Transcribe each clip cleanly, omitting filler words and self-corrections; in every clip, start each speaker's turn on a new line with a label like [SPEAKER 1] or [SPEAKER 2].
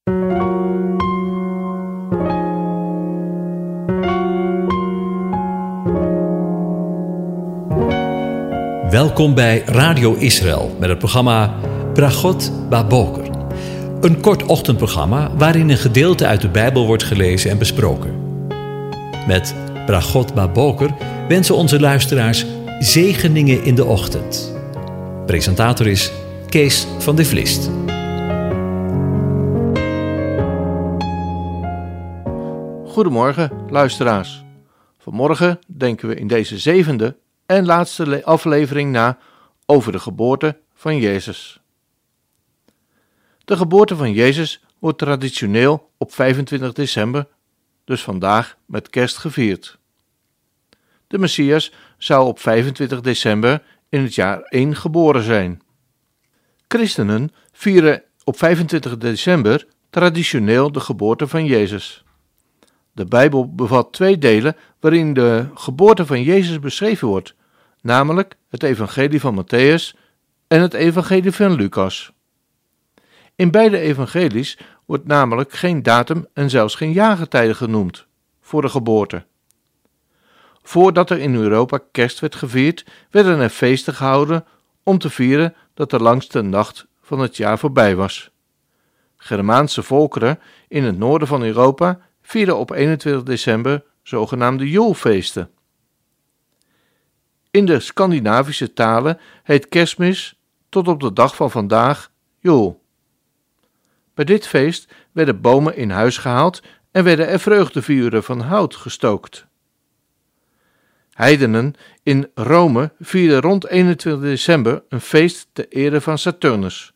[SPEAKER 1] Welkom bij Radio Israël met het programma Bragot Baboker. Een kort ochtendprogramma waarin een gedeelte uit de Bijbel wordt gelezen en besproken. Met Bragot Baboker wensen onze luisteraars zegeningen in de ochtend. Presentator is Kees van de Vlist.
[SPEAKER 2] Goedemorgen luisteraars. Vanmorgen denken we in deze 7e en laatste aflevering na over de geboorte van Jezus. De geboorte van Jezus wordt traditioneel op 25 december, dus vandaag met kerst gevierd. De Messias zou op 25 december in het jaar 1 geboren zijn. Christenen vieren op 25 december traditioneel de geboorte van Jezus. De Bijbel bevat 2 delen waarin de geboorte van Jezus beschreven wordt, namelijk het evangelie van Mattheüs en het evangelie van Lucas. In beide evangelies wordt namelijk geen datum en zelfs geen jaargetijden genoemd voor de geboorte. Voordat er in Europa kerst werd gevierd, werden er feesten gehouden om te vieren dat de langste nacht van het jaar voorbij was. Germaanse volkeren in het noorden van Europa vierden op 21 december zogenaamde Joelfeesten. In de Scandinavische talen heet Kerstmis tot op de dag van vandaag Joel. Bij dit feest werden bomen in huis gehaald en werden er vreugdevuren van hout gestookt. Heidenen in Rome vierden rond 21 december een feest ter ere van Saturnus.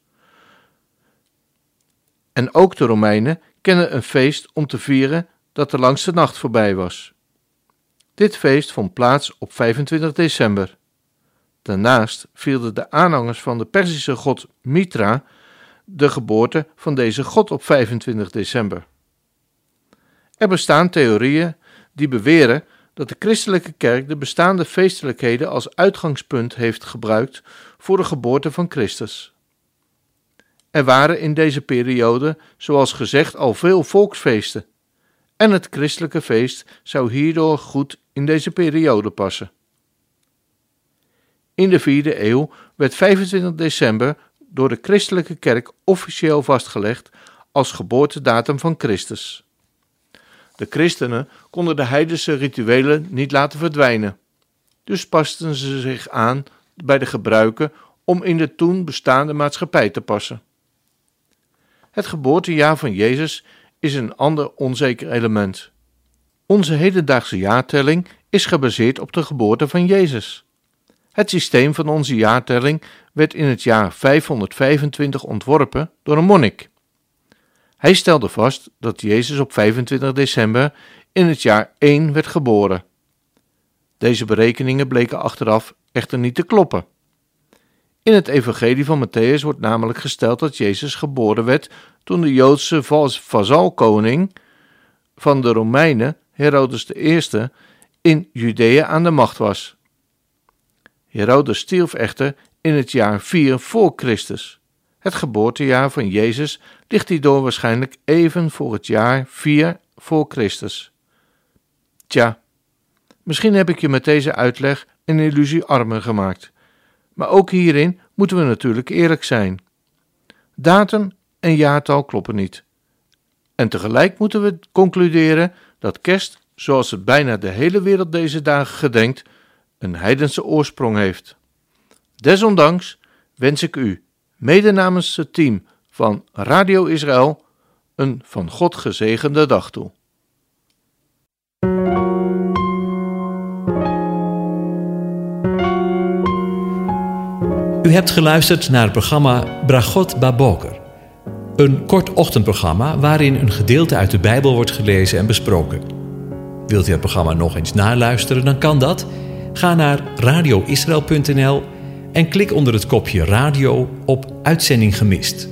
[SPEAKER 2] En ook de Romeinen kennen een feest om te vieren dat de langste nacht voorbij was. Dit feest vond plaats op 25 december. Daarnaast vierden de aanhangers van de Perzische god Mitra de geboorte van deze god op 25 december. Er bestaan theorieën die beweren dat de christelijke kerk de bestaande feestelijkheden als uitgangspunt heeft gebruikt voor de geboorte van Christus. Er waren in deze periode, zoals gezegd, al veel volksfeesten, en het christelijke feest zou hierdoor goed in deze periode passen. In de 4e eeuw werd 25 december door de christelijke kerk officieel vastgelegd als geboortedatum van Christus. De christenen konden de heidense rituelen niet laten verdwijnen, dus pasten ze zich aan bij de gebruiken om in de toen bestaande maatschappij te passen. Het geboortejaar van Jezus is een ander onzeker element. Onze hedendaagse jaartelling is gebaseerd op de geboorte van Jezus. Het systeem van onze jaartelling werd in het jaar 525 ontworpen door een monnik. Hij stelde vast dat Jezus op 25 december in het jaar 1 werd geboren. Deze berekeningen bleken achteraf echter niet te kloppen. In het evangelie van Mattheüs wordt namelijk gesteld dat Jezus geboren werd toen de Joodse vazalkoning van de Romeinen, Herodes I, in Judea aan de macht was. Herodes stierf echter in het jaar 4 voor Christus. Het geboortejaar van Jezus ligt hierdoor waarschijnlijk even voor het jaar 4 voor Christus. Tja, misschien heb ik je met deze uitleg een illusie armer gemaakt. Maar ook hierin moeten we natuurlijk eerlijk zijn. Datum en jaartal kloppen niet. En tegelijk moeten we concluderen dat kerst, zoals het bijna de hele wereld deze dagen gedenkt, een heidense oorsprong heeft. Desondanks wens ik u, mede namens het team van Radio Israël, een van God gezegende dag toe.
[SPEAKER 1] U hebt geluisterd naar het programma Bragot Baboker. Een kort ochtendprogramma waarin een gedeelte uit de Bijbel wordt gelezen en besproken. Wilt u het programma nog eens naluisteren, dan kan dat. Ga naar radioisrael.nl en klik onder het kopje radio op Uitzending gemist.